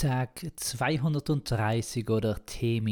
Tag 230 oder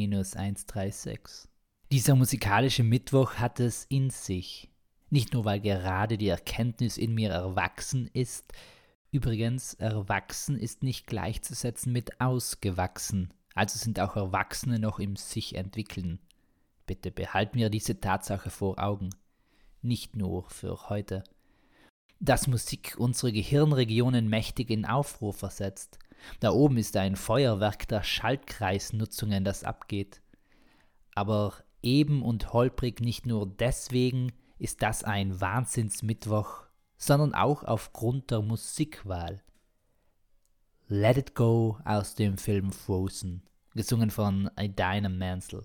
T-136. Dieser musikalische Mittwoch hat es in sich. Nicht nur, weil gerade die Erkenntnis in mir erwachsen ist. Übrigens, erwachsen ist nicht gleichzusetzen mit ausgewachsen. Also sind auch Erwachsene noch im sich entwickeln. Bitte behalten wir diese Tatsache vor Augen. Nicht nur für heute. Dass Musik unsere Gehirnregionen mächtig in Aufruhr versetzt. Da oben ist ein Feuerwerk der Schaltkreisnutzungen, das abgeht. Aber eben und holprig nicht nur deswegen ist das ein Wahnsinnsmittwoch, sondern auch aufgrund der Musikwahl. Let It Go aus dem Film Frozen, gesungen von Idina Menzel.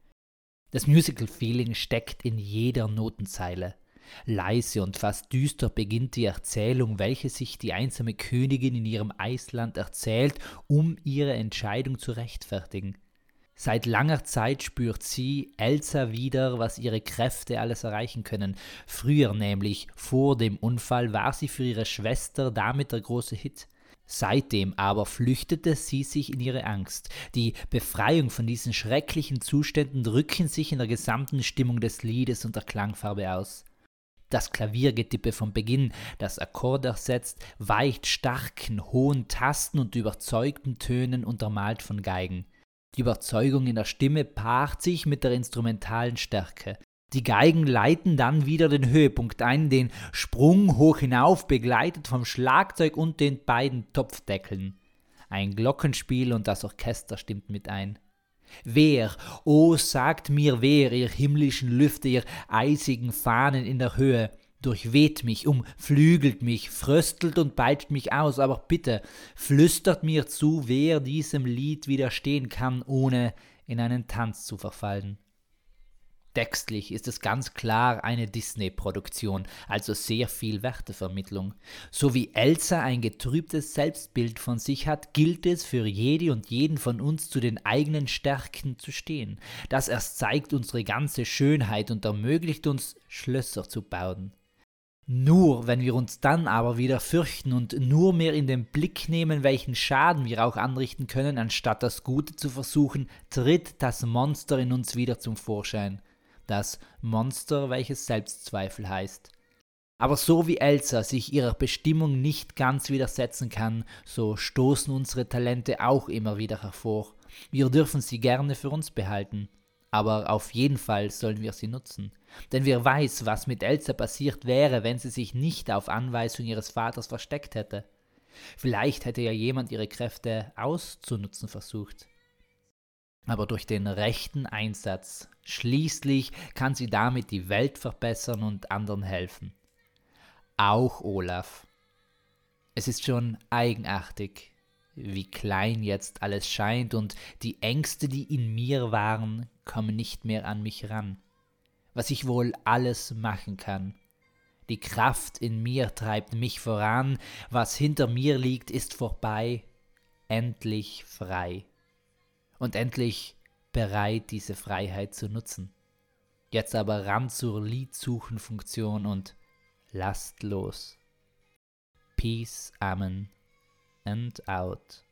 Das Musical-Feeling steckt in jeder Notenzeile. Leise und fast düster beginnt die Erzählung, welche sich die einsame Königin in ihrem Eisland erzählt, um ihre Entscheidung zu rechtfertigen. Seit langer Zeit spürt sie, Elsa, wieder, was ihre Kräfte alles erreichen können. Früher nämlich, vor dem Unfall, war sie für ihre Schwester damit der große Hit. Seitdem aber flüchtete sie sich in ihre Angst. Die Befreiung von diesen schrecklichen Zuständen drücken sich in der gesamten Stimmung des Liedes und der Klangfarbe aus. Das Klaviergetippe vom Beginn, das Akkorde ersetzt, weicht starken, hohen Tasten und überzeugten Tönen untermalt von Geigen. Die Überzeugung in der Stimme paart sich mit der instrumentalen Stärke. Die Geigen leiten dann wieder den Höhepunkt ein, den Sprung hoch hinauf, begleitet vom Schlagzeug und den beiden Topfdeckeln. Ein Glockenspiel und das Orchester stimmt mit ein. Wer, oh sagt mir wer, ihr himmlischen Lüfte, ihr eisigen Fahnen in der Höhe, durchweht mich, umflügelt mich, fröstelt und peitscht mich aus, aber bitte, flüstert mir zu, wer diesem Lied widerstehen kann, ohne in einen Tanz zu verfallen. Textlich ist es ganz klar eine Disney-Produktion, also sehr viel Wertevermittlung. So wie Elsa ein getrübtes Selbstbild von sich hat, gilt es für jede und jeden von uns, zu den eigenen Stärken zu stehen. Das erst zeigt unsere ganze Schönheit und ermöglicht uns, Schlösser zu bauen. Nur wenn wir uns dann aber wieder fürchten und nur mehr in den Blick nehmen, welchen Schaden wir auch anrichten können, anstatt das Gute zu versuchen, tritt das Monster in uns wieder zum Vorschein. Das Monster, welches Selbstzweifel heißt. Aber so wie Elsa sich ihrer Bestimmung nicht ganz widersetzen kann, so stoßen unsere Talente auch immer wieder hervor. Wir dürfen sie gerne für uns behalten. Aber auf jeden Fall sollen wir sie nutzen. Denn wer weiß, was mit Elsa passiert wäre, wenn sie sich nicht auf Anweisung ihres Vaters versteckt hätte. Vielleicht hätte ja jemand ihre Kräfte auszunutzen versucht. Aber durch den rechten Einsatz, schließlich kann sie damit die Welt verbessern und anderen helfen. Auch Olaf. Es ist schon eigenartig, wie klein jetzt alles scheint und die Ängste, die in mir waren, kommen nicht mehr an mich ran. Was ich wohl alles machen kann. Die Kraft in mir treibt mich voran, was hinter mir liegt, ist vorbei, endlich frei. Und endlich bereit, diese Freiheit zu nutzen. Jetzt aber ran zur Liedsuchen-Funktion und lasst los. Peace, Amen and out.